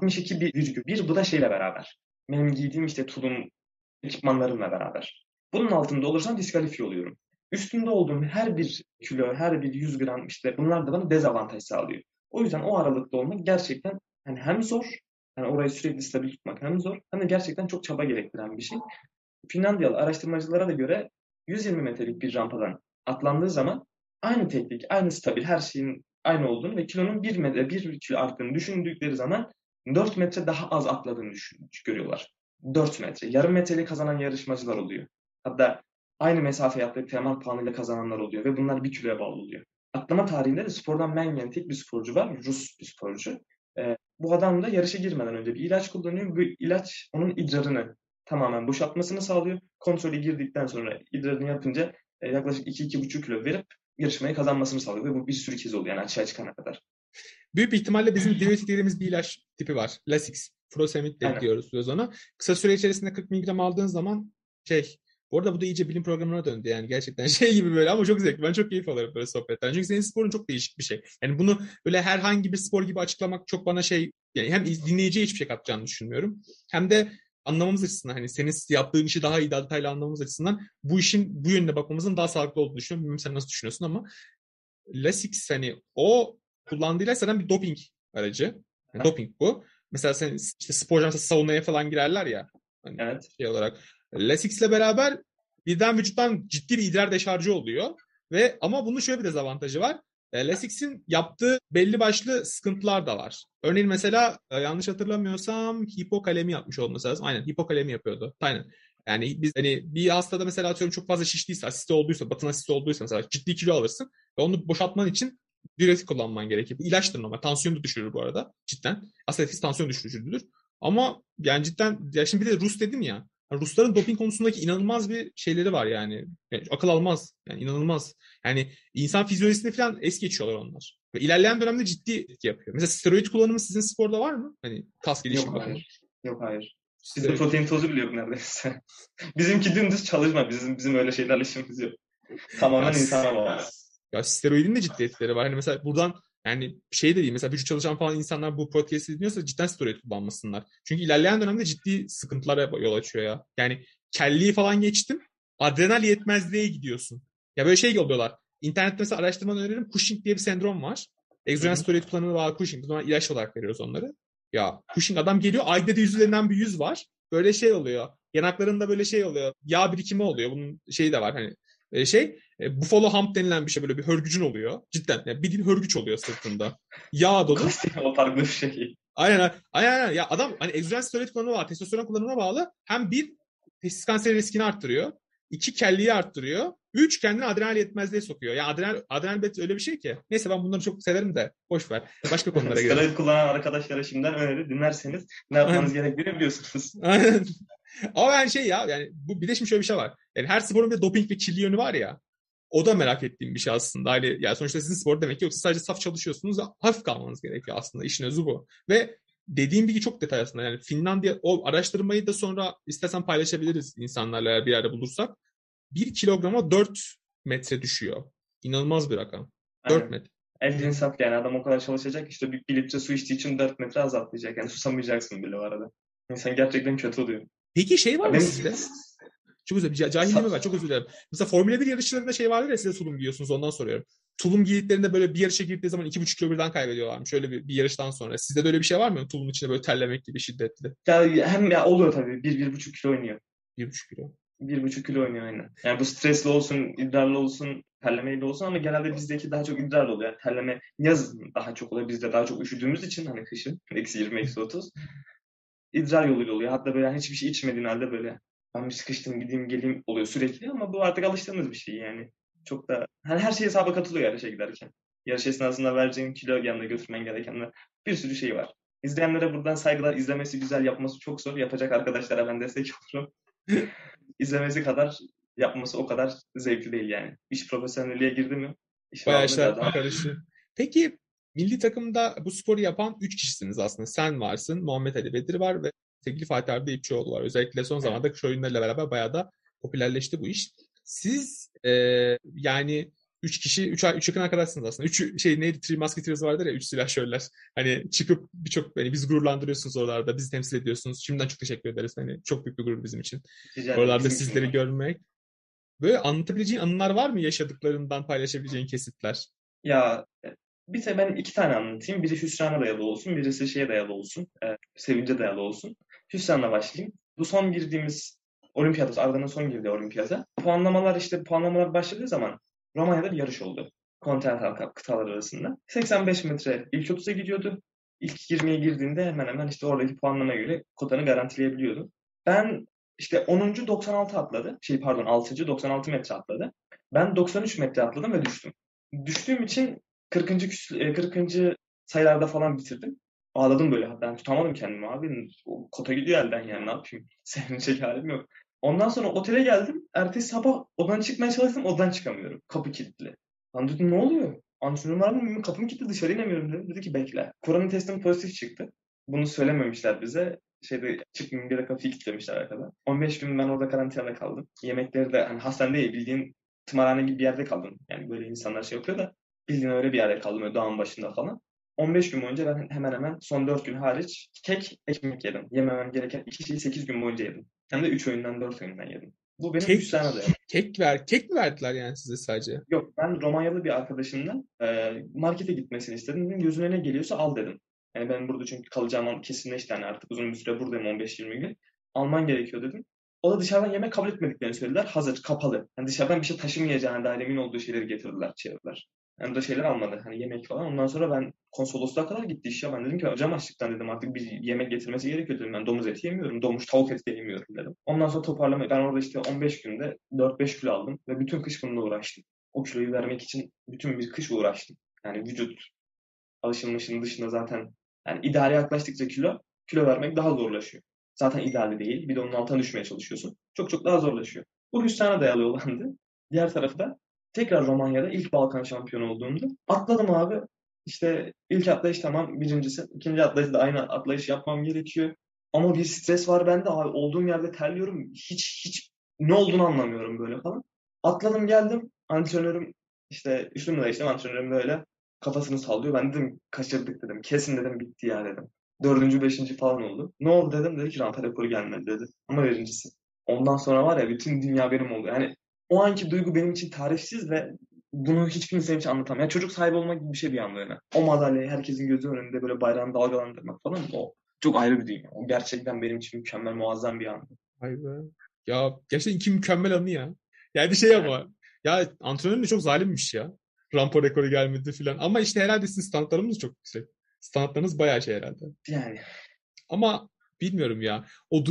62,1. Bu da şeyle beraber. Benim giydiğim işte tulum ekipmanlarımla beraber. Bunun altında olursam diskalifiye oluyorum. Üstünde olduğum her bir kilo, her bir 100 gram işte bunlar da bana dezavantaj sağlıyor. O yüzden o aralıkta olmak gerçekten hani hem zor, yani orayı sürekli stabil tutmak hem zor hem de gerçekten çok çaba gerektiren bir şey. Finlandiyalı araştırmacılara da göre 120 metrelik bir rampadan atlandığı zaman aynı teknik, aynı stabil, her şeyin aynı olduğunu ve kilonun 1 kilo arttığını düşündükleri zaman 4 metre daha az atladığını görüyorlar. 4 metre. Yarım metreyle kazanan yarışmacılar oluyor. Hatta aynı mesafe atlayıp temel puanıyla kazananlar oluyor ve bunlar 1 kiloya bağlı oluyor. Atlama tarihinde de spordan men yiyen tek bir sporcu var. Rus bir sporcu. Bu adam da yarışa girmeden önce bir ilaç kullanıyor. Bu ilaç onun idrarını tamamen boşaltmasını sağlıyor. Kontrolü girdikten sonra idrarını yapınca yaklaşık 2-2,5 kilo verip yarışmayı kazanmasını sağlıyor. Ve bu bir sürü kez oluyor yani açığa çıkana kadar. Büyük bir ihtimalle bizim diüretik dediğimiz bir ilaç tipi var. Lasix. Furosemid de Aynen. diyoruz biz ona. Kısa süre içerisinde 40 miligram aldığın zaman bu arada bu da iyice bilim programına döndü yani gerçekten gibi böyle ama çok zevkli. Ben çok keyif alırım böyle sohbetten. Çünkü senin sporun çok değişik bir şey. Yani bunu böyle herhangi bir spor gibi açıklamak çok bana yani hem dinleyiciye hiçbir şey katacağını düşünmüyorum. Hem de anlamamız açısından hani senin yaptığın işi daha iyi, daha detaylı anlamamız açısından bu işin bu yönüne bakmamızın daha sağlıklı olduğunu düşünüyorum. Bilmiyorum sen nasıl düşünüyorsun ama Lasix hani o kullandığı ilaç zaten bir doping aracı. Yani doping bu. Mesela sen işte sporcular mesela saunaya falan girerler ya hani Evet. olarak. Lasix'le beraber birden vücuttan ciddi bir idrar deşarjı oluyor. Ve ama bunun şöyle bir dezavantajı var. Lasix'in yaptığı belli başlı sıkıntılar da var. Örneğin mesela yanlış hatırlamıyorsam hipokalemi yapmış olması lazım. Aynen hipokalemi yapıyordu. Aynen. Yani biz hani bir hastada mesela atıyorum çok fazla şiştiyse, asisti olduysa, batın asisti olduysa mesela ciddi kilo alırsın. Ve onu boşaltman için diüretik kullanman gerekir. Bu ilaçtır normal. Tansiyonu da düşürür bu arada. Cidden. Aslında tansiyon düşürücüdür. Ama yani cidden ya şimdi bir de Rus dedim ya. Rusların doping konusundaki inanılmaz bir şeyleri var yani. Yani akıl almaz. Yani inanılmaz. Yani insan fizyolojisini falan es geçiyorlar onlar. Ve ilerleyen dönemde ciddi etki yapıyor. Mesela steroid kullanımı sizin sporda var mı? Hani kas gelişimi Yok bakımı. hayır. Yok hayır. Bizde Steroid. protein tozu bile yok neredeyse. Bizimki dümdüz çalışma. Bizim öyle şeylerle işimiz yok. Ya, Tamamen insana bağlı. ya steroidin de ciddi etkileri var. Hani mesela buradan yani şey de değil mesela vücut çalışan falan insanlar bu podcast'i dinliyorsa cidden steroid kullanmasınlar. Çünkü ilerleyen dönemde ciddi sıkıntılara yol açıyor ya. Yani kelliği falan geçtim. Adrenal yetmezliğe gidiyorsun. Ya böyle şey oluyorlar. İnternette mesela araştırmanı öneririm. Cushing diye bir sendrom var. Hı Egzojen hı. steroid kullanımı bağlı Cushing. Biz ona ilaç olarak veriyoruz onları. Ya Cushing adam geliyor. Ayda da yüzlerinden bir yüz var. Böyle şey oluyor. Yanaklarında böyle şey oluyor. Yağ birikimi oluyor. Bunun şeyi de var hani Buffalo Hump denilen bir şey böyle bir hörgücün oluyor. Cidden yani bildiğin hörgüç oluyor sırtında. Yağ dolu. Kostüm o farklı bir şey. Aynen. Ya adam hani egzojen steroid kullanımına bağlı, testosteron kullanımına bağlı. Hem bir testis kanseri riskini arttırıyor. İki kelliği arttırıyor. Üç kendini adrenal yetmezliğe sokuyor. Yani adrenal bet öyle bir şey ki. Neyse ben bunları çok severim de boş ver. Başka konulara girelim. Steroid kullanan arkadaşlara şimdiden öneri dinlerseniz ne yapmanız gerektiğini biliyorsunuz. Aynen. Ama ben yani bu bir de şimdi şöyle bir şey var. Yani her sporun bir doping ve kirli yönü var ya. O da merak ettiğim bir şey aslında. Hani yani sonuçta sizin spor demek ki yoksa sadece saf çalışıyorsunuz da hafif kalmanız gerekiyor aslında. İşin özü bu. Ve dediğim bilgi çok detay aslında. Yani Finlandiya o araştırmayı da sonra istersen paylaşabiliriz insanlarla eğer bir yerde bulursak. 1 kilograma 4 metre düşüyor. İnanılmaz bir rakam. 4 Aynen. metre. El insaf yani adam o kadar çalışacak işte bir litre su içtiği için 4 metre azaltlayacak. Yani susamayacaksın bile o arada. İnsan gerçekten kötü oluyor. Peki şey var Ya mı benim sizde? Çok özür dilerim. Cahilliğime var. Çok özür dilerim. Mesela Formula 1 yarışlarında şey vardır ya size tulum giyiyorsunuz ondan soruyorum. Tulum giydiklerinde böyle bir yarışa girdiği zaman 2,5 kilo birden kaybediyorlarmış. Şöyle bir yarıştan sonra. Sizde de öyle bir şey var mı? Tulumun içinde böyle terlemek gibi şiddetli. ya hem ya oluyor tabii 1-1,5 kilo oynuyor. 1,5 kilo. 1,5 kilo oynuyor aynen. Yani bu stresli olsun, idrarlı olsun, terlemeyle olsun ama genelde bizdeki daha çok idrarlı oluyor. Yani terleme yazın daha çok oluyor. Bizde daha çok üşüdüğümüz için hani kışın -20, -30 idrar yoluyla oluyor. Hatta böyle hani hiçbir şey içmediğin halde böyle ben bir sıkıştım gideyim geleyim oluyor sürekli ama bu artık alıştığımız bir şey yani. Çok da hani her şey hesaba katılıyor yarışa giderken. Yarış esnasında vereceğin kilo yanında götürmen gerekenler bir sürü şey var. İzleyenlere buradan saygılar. İzlemesi güzel, yapması çok zor. Yapacak arkadaşlara ben destek olurum. İzlemesi kadar yapması o kadar zevkli değil yani. İş profesyonelliğe girdi mi? İşin Bayağı altını işler biraz daha. karışıyor. Peki milli takımda bu sporu yapan 3 kişisiniz aslında. Sen varsın, Muhammed Ali Bedir var ve sevgili Fatih Arda İpçioğlu var. Özellikle son Evet. zamanlarda kış oyunlarıyla beraber bayağı da popülerleşti bu iş. Siz yani 3 kişi, 3 yakın arkadaşsınız aslında. 3 şey neydi? Three Musketeers vardır ya, 3 silahşörler. Hani çıkıp birçok hani bizi gururlandırıyorsunuz oralarda. Bizi temsil ediyorsunuz. Şimdiden çok teşekkür ederiz. Hani çok büyük bir gurur bizim için. Rica ederim. Oralarda Bizim için sizleri de. görmek. Böyle anlatabileceğin anılar var mı yaşadıklarından paylaşabileceğin kesitler? Ya bir de ben iki tane anlatayım. Biri hüsrana dayalı olsun, birisi şeye dayalı olsun. Sevince dayalı olsun. Hüsranla başlayayım. Bu son girdiğimiz olimpiyata, Arda'nın son girdiği olimpiyata. Puanlamalar başladığı zaman Romanya'da bir yarış oldu. Continental Cup kıtalar arasında. 85 metre ilk 30'a gidiyordu. İlk 20'ye girdiğinde hemen hemen işte oradaki puanlamaya göre kotanı garantileyebiliyordu. Ben işte 10. 96 atladı. 6. 96 metre atladı. Ben 93 metre atladım ve düştüm. Düştüğüm için 40. sayılarda falan bitirdim. Ağladım böyle. Ben tutamadım kendimi abi. O kota gidiyor elden yani ne yapayım. Sevinecek halim yok. Ondan sonra otele geldim. Ertesi sabah odan çıkmaya çalıştım. Odan çıkamıyorum. Kapı kilitli. Lan dedim ne oluyor? Antrenörüm var mı? Bilmiyorum. Kapım kilitli dışarı inemiyorum dedim. Dedi ki bekle. Korona testim pozitif çıktı. Bunu söylememişler bize. Çıkmayayım bir de kapıyı kilitlemişler arkada. 15 gün ben orada karantinada kaldım. Yemekleri de hani hastane değil bildiğin tımarhane gibi bir yerde kaldım. Yani böyle insanlar şey yapıyor da bildiğin öyle bir yerde kaldım. Öyle dağın başında falan. 15 gün boyunca ben hemen hemen son 4 gün hariç tek ekmek yedim. Yememem gereken 2 şeyi 8 gün boyunca yedim. Hem de 3 öğünden 4 öğünden yedim. Bu benim Kek, hüsrana dayalı. kek mi verdiler yani size sadece? Yok ben Romanyalı bir arkadaşımdan markete gitmesini istedim. Dedim, gözüne ne geliyorsa al dedim. Yani ben burada çünkü kalacağım an kesinleşti. Yani artık uzun bir süre buradayım 15-20 gün. Alman gerekiyor dedim. O da dışarıdan yemek kabul etmediklerini söylediler. Hazır, kapalı. Yani dışarıdan bir şey taşımayacağına dair emin olduğu şeyleri getirdiler, çevirdiler. Yani o da şeyler almadı. Hani yemek falan. Ondan sonra ben konsolosluğa kadar gitti iş ya. Ben dedim ki hocam açlıktan dedim artık bir yemek getirmesi gerekiyor dedim. Ben domuz eti yemiyorum. Domuz tavuk eti de yemiyorum dedim. Ondan sonra toparlamayı ben orada işte 15 günde 4-5 kilo aldım ve bütün kış bununla uğraştım. O kiloyu vermek için bütün bir kış uğraştım. Yani vücut alışılmışın dışında zaten yani ideale yaklaştıkça kilo vermek daha zorlaşıyor. Zaten ideali değil. Bir de onun altına düşmeye çalışıyorsun. Çok çok daha zorlaşıyor. Bu hüsrana dayalı olandı. Diğer tarafı da tekrar Romanya'da ilk Balkan şampiyonu olduğumda atladım abi. İşte ilk atlayış tamam birincisi. İkinci atlayış da aynı atlayış yapmam gerekiyor. Ama bir stres var bende abi. Olduğum yerde terliyorum. Hiç ne olduğunu anlamıyorum böyle falan. Atladım geldim. Antrenörüm işte üstümü değiştim. Antrenörüm böyle kafasını sallıyor. Ben dedim kaçırdık dedim. Kesin dedim bitti ya dedim. Dördüncü, beşinci falan oldu. Ne oldu dedim. Dedi ki rampa rekoru gelmedi dedi. Ama birincisi. Ondan sonra var ya bütün dünya benim oldu. Yani o anki duygu benim için tarifsiz ve bunu hiç kimse benim için anlatamam. Yani çocuk sahibi olmak gibi bir şey bir anlığına. O madalyayı herkesin gözü önünde böyle bayrağını dalgalandırmak falan o çok ayrı bir dünya. O gerçekten benim için mükemmel, muazzam bir an. Vay be. Ya gerçekten iki mükemmel anı ya. Yani şey Evet. ama ya antrenörün de çok zalimmiş ya. Rampa rekoru gelmedi filan. Ama işte herhalde sizin standartlarınız çok yüksek. Standartlarınız bayağı şey herhalde. Yani Ama bilmiyorum ya.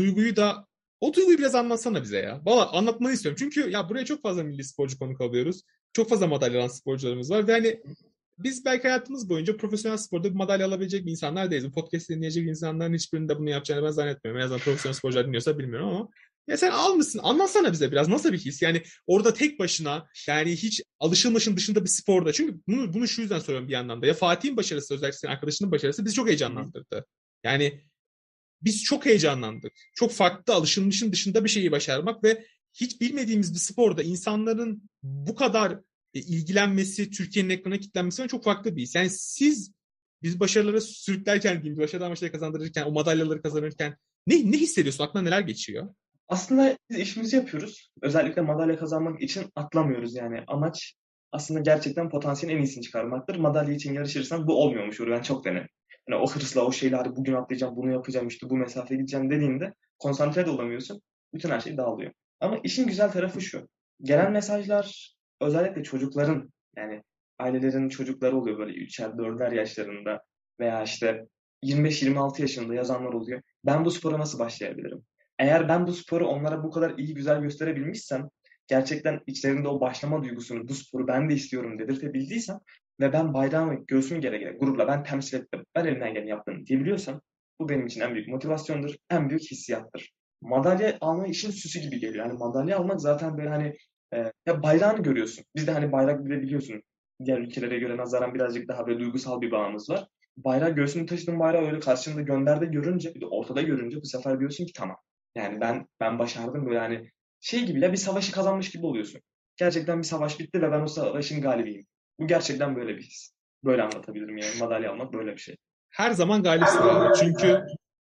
O duyguyu biraz anlatsana bize ya. Valla anlatmanı istiyorum. Çünkü ya buraya çok fazla milli sporcu konuk alıyoruz. Çok fazla madalyalan sporcularımız var. Ve hani biz belki hayatımız boyunca profesyonel sporda bir madalya alabilecek bir insanlar değiliz. Bu podcast dinleyecek insanların hiçbirinin de bunu yapacağını ben zannetmiyorum. En azından profesyonel sporcular dinliyorsa bilmiyorum ama. Ya sen almışsın. Anlatsana bize biraz. Nasıl bir his? Yani orada tek başına yani hiç alışılmışın dışında bir sporda. Çünkü bunu şu yüzden soruyorum bir yandan da. Ya Fatih'in başarısı özellikle senin arkadaşının başarısı bizi çok heyecanlandırdı. Yani biz çok heyecanlandık. Çok farklı alışılmışın dışında bir şeyi başarmak ve hiç bilmediğimiz bir sporda insanların bu kadar ilgilenmesi, Türkiye'nin ekrana kilitlenmesi çok farklı bir his. Yani siz biz başarılara sürüklerken diyeyim, başarıdan başarıya kazandırırken, o madalyaları kazanırken ne hissediyorsun? Aklına neler geçiyor? aslında biz işimizi yapıyoruz. Özellikle madalya kazanmak için atlamıyoruz yani. Amaç aslında gerçekten potansiyelin en iyisini çıkarmaktır. Madalya için yarışırsan bu olmuyormuş. Ben çok denedim. Yani o hırsla o şeyler bugün atlayacağım, bunu yapacağım, işte bu mesafeye gideceğim dediğinde konsantre de olamıyorsun. Bütün her şey dağılıyor. Ama işin güzel tarafı şu. Gelen mesajlar özellikle çocukların yani ailelerin çocukları oluyor böyle 3'er 4'er yaşlarında veya işte 25-26 yaşında yazanlar oluyor. Ben bu spora nasıl başlayabilirim? Eğer ben bu sporu onlara bu kadar iyi güzel gösterebilmişsem, gerçekten içlerinde o başlama duygusunu, bu sporu ben de istiyorum dedirtebildiysem ve ben bayrağımı göğsümü gere gere gururla ben temsil ettim, ben elimden geleni yaptım diyebiliyorsam bu benim için en büyük motivasyondur, en büyük hissiyattır. Madalya alma işin süsü gibi geliyor. Yani madalya almak zaten böyle hani ya bayrağını görüyorsun. Biz de hani bayrak bile biliyorsun. Diğer ülkelere göre nazaran birazcık daha böyle duygusal bir bağımız var. Bayrağı göğsünde taşıdığın bayrağı öyle karşında gönderde görünce bir de ortada görünce bu sefer diyorsun ki tamam. Yani ben başardım böyle hani şey gibi ya bir savaşı kazanmış gibi oluyorsun. Gerçekten bir savaş bitti ve ben o savaşın galibiyim. Bu gerçekten böyle bir his. Böyle anlatabilirim yani madalya almak böyle bir şey. Her zaman galipsin abi. Çünkü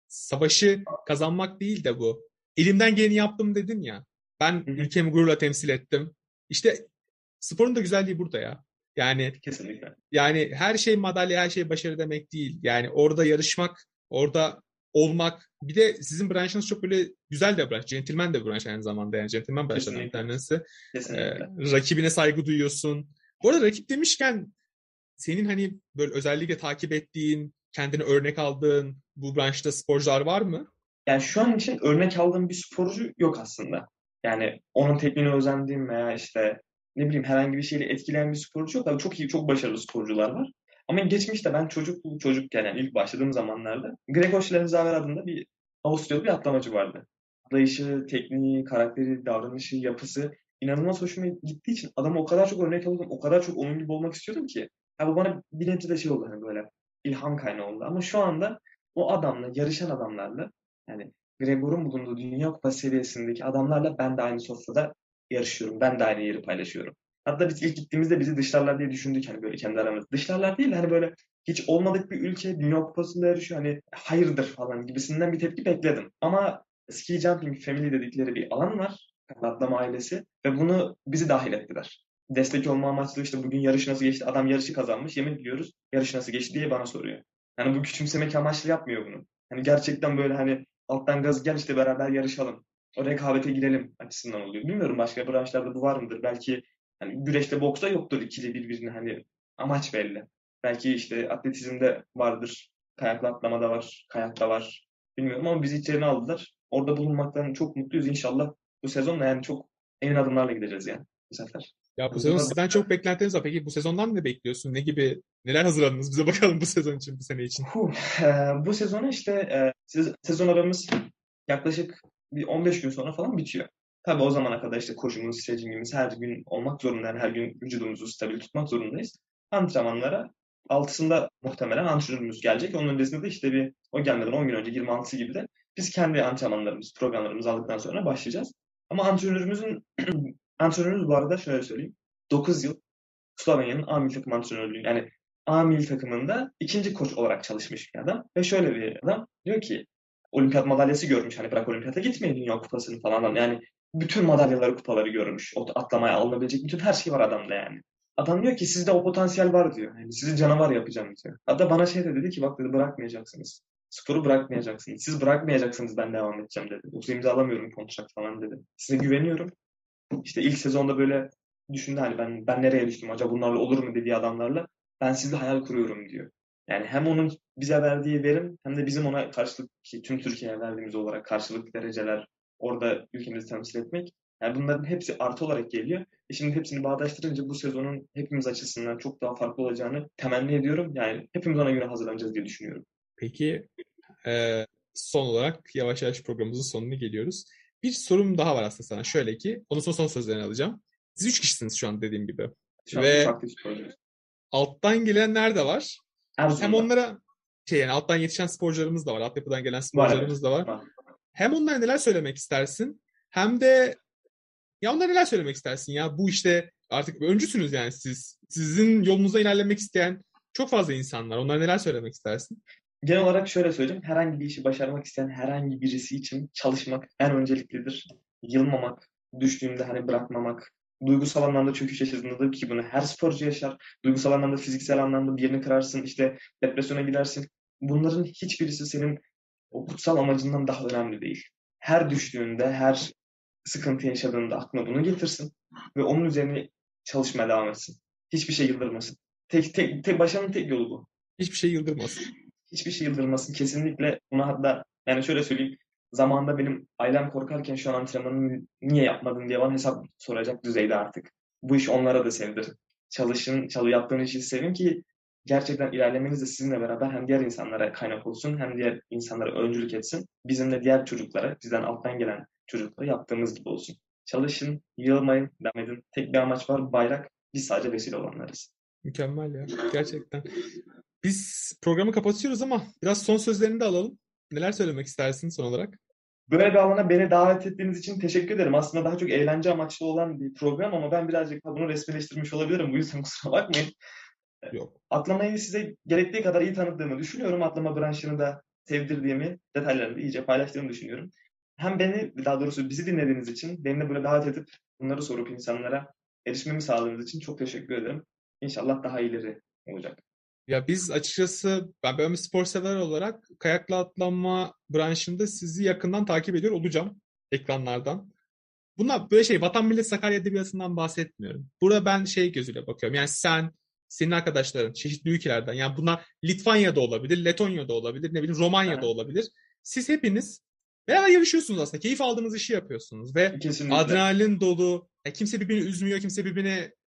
savaşı kazanmak değil de bu. Elimden geleni yaptım dedin ya. Ben Hı hı, ülkemi gururla temsil ettim. İşte sporun da güzelliği burada ya. Yani kesinlikle. yani her şey madalya, her şey başarı demek değil. Yani orada yarışmak, orada olmak. Bir de sizin branşınız çok böyle güzel de branş. Centilmen de bir branş aynı zamanda. Yani centilmen branşlardan bir Kesinlikle. tanesi. Ee, Kesinlikle. rakibine saygı duyuyorsun. Bu arada rakip demişken senin hani böyle özellikle takip ettiğin, kendine örnek aldığın bu branşta sporcular var mı? Yani şu an için örnek aldığım bir sporcu yok aslında. Yani onun tekniğine özendiğim veya işte ne bileyim herhangi bir şeyle etkileyen bir sporcu yok. Tabii çok iyi, çok başarılı sporcular var. Ama geçmişte ben çocukken yani ilk başladığım zamanlarda Gregor Schlenzauer adında bir Avusturyalı bir atlamacı vardı. Atlayışı, tekniği, karakteri, davranışı, yapısı inanılmaz hoşuma gittiği için adamı o kadar çok örnek alıyordum, o kadar çok onun gibi olmak istiyordum ki. Ya bu bana bir nebze de şey oldu hani böyle ilham kaynağı oldu. Ama şu anda o adamla, yarışan adamlarla yani Gregor'un bulunduğu Dünya Kupası seviyesindeki adamlarla ben de aynı sofrada yarışıyorum. Ben de aynı yeri paylaşıyorum. Hatta biz ilk gittiğimizde bizi dışlarlar diye düşündük hani böyle kendi aramızda. Dışlarlar değil de hani böyle hiç olmadık bir ülke Dünya Kupası'nda yarışıyor hani hayırdır falan gibisinden bir tepki bekledim. Ama ski jumping family dedikleri bir alan var. Atlama ailesi ve bunu bizi dahil ettiler. Destek olma amaçlı işte bugün yarış nasıl geçti? Adam yarışı kazanmış. Yemek yiyoruz. Yarış nasıl geçti diye bana soruyor. Yani bu küçümsemek amaçlı yapmıyor bunu. Hani gerçekten böyle hani alttan gaz gel işte beraber yarışalım. O rekabete girelim açısından oluyor. Bilmiyorum başka branşlarda bu var mıdır? Belki hani güreşte boksta yoktur ikili birbirine hani amaç belli. Belki işte atletizmde vardır. Kayakla atlamada var. Kayakta var. Bilmiyorum ama bizi içlerine aldılar. Orada bulunmaktan çok mutluyuz. İnşallah bu sezon da yani çok emin adımlarla gideceğiz yani bu sefer. Ya bu Bu sezon sefer sizden çok beklentiniz var. Peki bu sezondan ne bekliyorsun? Ne gibi, neler hazırladınız? Bize bakalım bu sezon için, bu sene için. Bu sezona işte sezon aramız yaklaşık bir 15 gün sonra falan bitiyor. Tabii o zamana kadar işte koşumuz, stretchingimiz her gün olmak zorunda. Yani her gün vücudumuzu stabil tutmak zorundayız. Antrenmanlara altısında muhtemelen antrenörümüz gelecek. Onun öncesinde de işte o gelmeden 10 gün önce 26'sı gibi de biz kendi antrenmanlarımız, programlarımızı aldıktan sonra başlayacağız. Ama antrenörümüz bu arada şöyle söyleyeyim. 9 yıl Slovenya'nın A milli takım antrenörlüğü yani A milli takımında ikinci koç olarak çalışmış bir adam. Ve şöyle bir adam diyor ki olimpiyat madalyası görmüş. Hani bırak olimpiyata gitmeyin dünya kupasını falan. Yani bütün madalyaları kupaları görmüş. O atlamaya alınabilecek bütün her şey var adamda yani. Adam diyor ki sizde o potansiyel var diyor. Yani sizi canavar yapacağım diyor. Hatta bana şey de dedi ki bak dedi bırakmayacaksınız. Sporu bırakmayacaksınız. Siz bırakmayacaksınız ben devam edeceğim dedi. Yoksa imzalamıyorum kontrat falan dedi. Size güveniyorum. İşte ilk sezonda böyle düşündü hani ben nereye düştüm acaba bunlarla olur mu dediği adamlarla ben sizle hayal kuruyorum diyor. Yani hem onun bize verdiği verim hem de bizim ona karşılık ki tüm Türkiye'ye verdiğimiz olarak karşılık dereceler orada ülkemizi temsil etmek. Yani bunların hepsi artı olarak geliyor. Şimdi hepsini bağdaştırınca bu sezonun hepimiz açısından çok daha farklı olacağını temenni ediyorum. Yani hepimiz ona göre hazırlanacağız diye düşünüyorum. Peki son olarak yavaş yavaş programımızın sonuna geliyoruz. Bir sorum daha var aslında sana. Şöyle ki, ondan sonra son sözlerini alacağım. Siz üç kişisiniz şu an dediğim gibi. Şu an 3 Ve aktif sporcuyuz. alttan gelenler de var. Hem Erzurum'da. onlara yani alttan yetişen sporcularımız da var. Altyapıdan gelen Var evet. sporcularımız da var. Var. Hem onlara neler söylemek istersin? Hem de ya onlara neler söylemek istersin ya? Bu işte artık öncüsünüz yani siz. Sizin yolunuzda ilerlemek isteyen çok fazla insan var. Onlara neler söylemek istersin? Genel olarak şöyle söyleyeyim. Herhangi bir işi başarmak isteyen herhangi birisi için çalışmak en önceliklidir. Yılmamak, düştüğünde hani bırakmamak, duygusal anlamda çöküş yaşadığında da ki bunu her sporcu yaşar. Duygusal anlamda, fiziksel anlamda bir yerini kırarsın, işte depresyona gidersin. Bunların hiçbirisi senin o kutsal amacından daha önemli değil. Her düştüğünde, her sıkıntı yaşadığında aklına bunu getirsin ve onun üzerine çalışmaya devam etsin. Hiçbir şey yıldırmasın. Başarının tek yolu bu. Hiçbir şey yıldırmasın. Hiçbir şey yıldırmasın kesinlikle. Buna hatta yani şöyle söyleyeyim. Zamanında benim ailem korkarken şu an antrenmanı niye yapmadın diye bana hesap soracak düzeyde artık. Bu iş onlara da sevdir. Çalışın, yaptığınız işi sevin ki gerçekten ilerlemeniz de sizinle beraber hem diğer insanlara kaynak olsun hem diğer insanlara öncülük etsin. Bizim de diğer çocuklara, bizden alttan gelen çocuklara yaptığımız gibi olsun. Çalışın, yılmayın, devam edin. Tek bir amaç var, bayrak. Biz sadece vesile olanlarız. Mükemmel ya. Gerçekten. Biz programı kapatıyoruz ama biraz son sözlerini de alalım. Neler söylemek istersin son olarak? Böyle bir alana beni davet ettiğiniz için teşekkür ederim. Aslında daha çok eğlence amaçlı olan bir program ama ben birazcık da bunu resmileştirmiş olabilirim. Bu yüzden kusura bakmayın. Yok. Atlamayı size gerektiği kadar iyi tanıttığımı düşünüyorum. Atlama branşını da sevdirdiğimi, detaylarını da iyice paylaştığımı düşünüyorum. Hem beni, daha doğrusu bizi dinlediğiniz için, beni de böyle davet edip bunları sorup insanlara erişmemi sağladığınız için çok teşekkür ederim. İnşallah daha ileri olacak. Ya biz açıkçası ben bir spor sever olarak kayakla atlanma branşında sizi yakından takip ediyor olacağım ekranlardan. Bunlar böyle şey Vatan Millet Sakarya Edebiyatı'ndan bahsetmiyorum. Burada ben şey gözüyle bakıyorum. Yani senin arkadaşların çeşitli ülkelerden yani bunlar Litvanya'da olabilir, Letonya'da olabilir, ne bileyim Romanya'da Aha, olabilir. Siz hepiniz beraber yarışıyorsunuz aslında. Keyif aldığınız işi yapıyorsunuz ve kesinlikle. adrenalin dolu. Ya kimse birbirini üzmüyor, kimse birbirini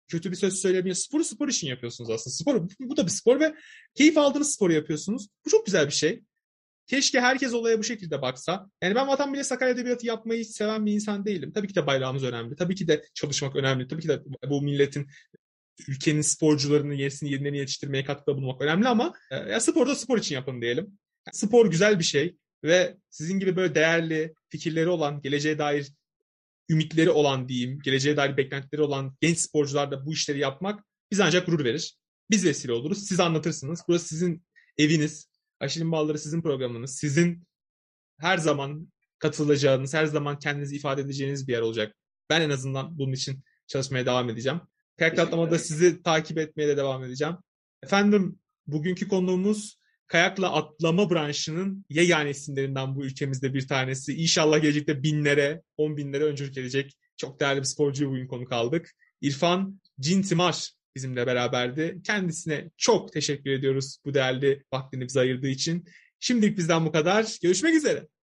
kötü bir söz söylemiyor. Sporu spor için yapıyorsunuz aslında. Bu da bir spor ve keyif aldığınız sporu yapıyorsunuz. Bu çok güzel bir şey. Keşke herkes olaya bu şekilde baksa. Yani ben Vatan Milli Sakarya Edebiyatı yapmayı seven bir insan değilim. Tabii ki de bayrağımız önemli. Tabii ki de çalışmak önemli. Tabii ki de bu milletin, ülkenin sporcularının yenilerini yetiştirmeye katkıda bulunmak önemli ama ya sporda spor için yapın diyelim. Spor güzel bir şey ve sizin gibi böyle değerli fikirleri olan, geleceğe dair ümitleri olan diyeyim, geleceğe dair beklentileri olan genç sporcular da bu işleri yapmak bize ancak gurur verir. Biz vesile oluruz, siz anlatırsınız. Burası sizin eviniz, Aşil'in Balları sizin programınız, sizin her zaman katılacağınız, her zaman kendinizi ifade edeceğiniz bir yer olacak. Ben en azından bunun için çalışmaya devam edeceğim. Kayak atlamada Teşekkürler. sizi takip etmeye de devam edeceğim. Efendim, bugünkü konuğumuz kayakla atlama branşının yegane isimlerinden bu ülkemizde bir tanesi. İnşallah gelecekte binlere, 10 binlere öncülük edecek çok değerli bir sporcuyu bugün konuk aldık. İrfan Cintimar bizimle beraberdi. Kendisine çok teşekkür ediyoruz bu değerli vaktini bize ayırdığı için. Şimdilik bizden bu kadar. Görüşmek üzere.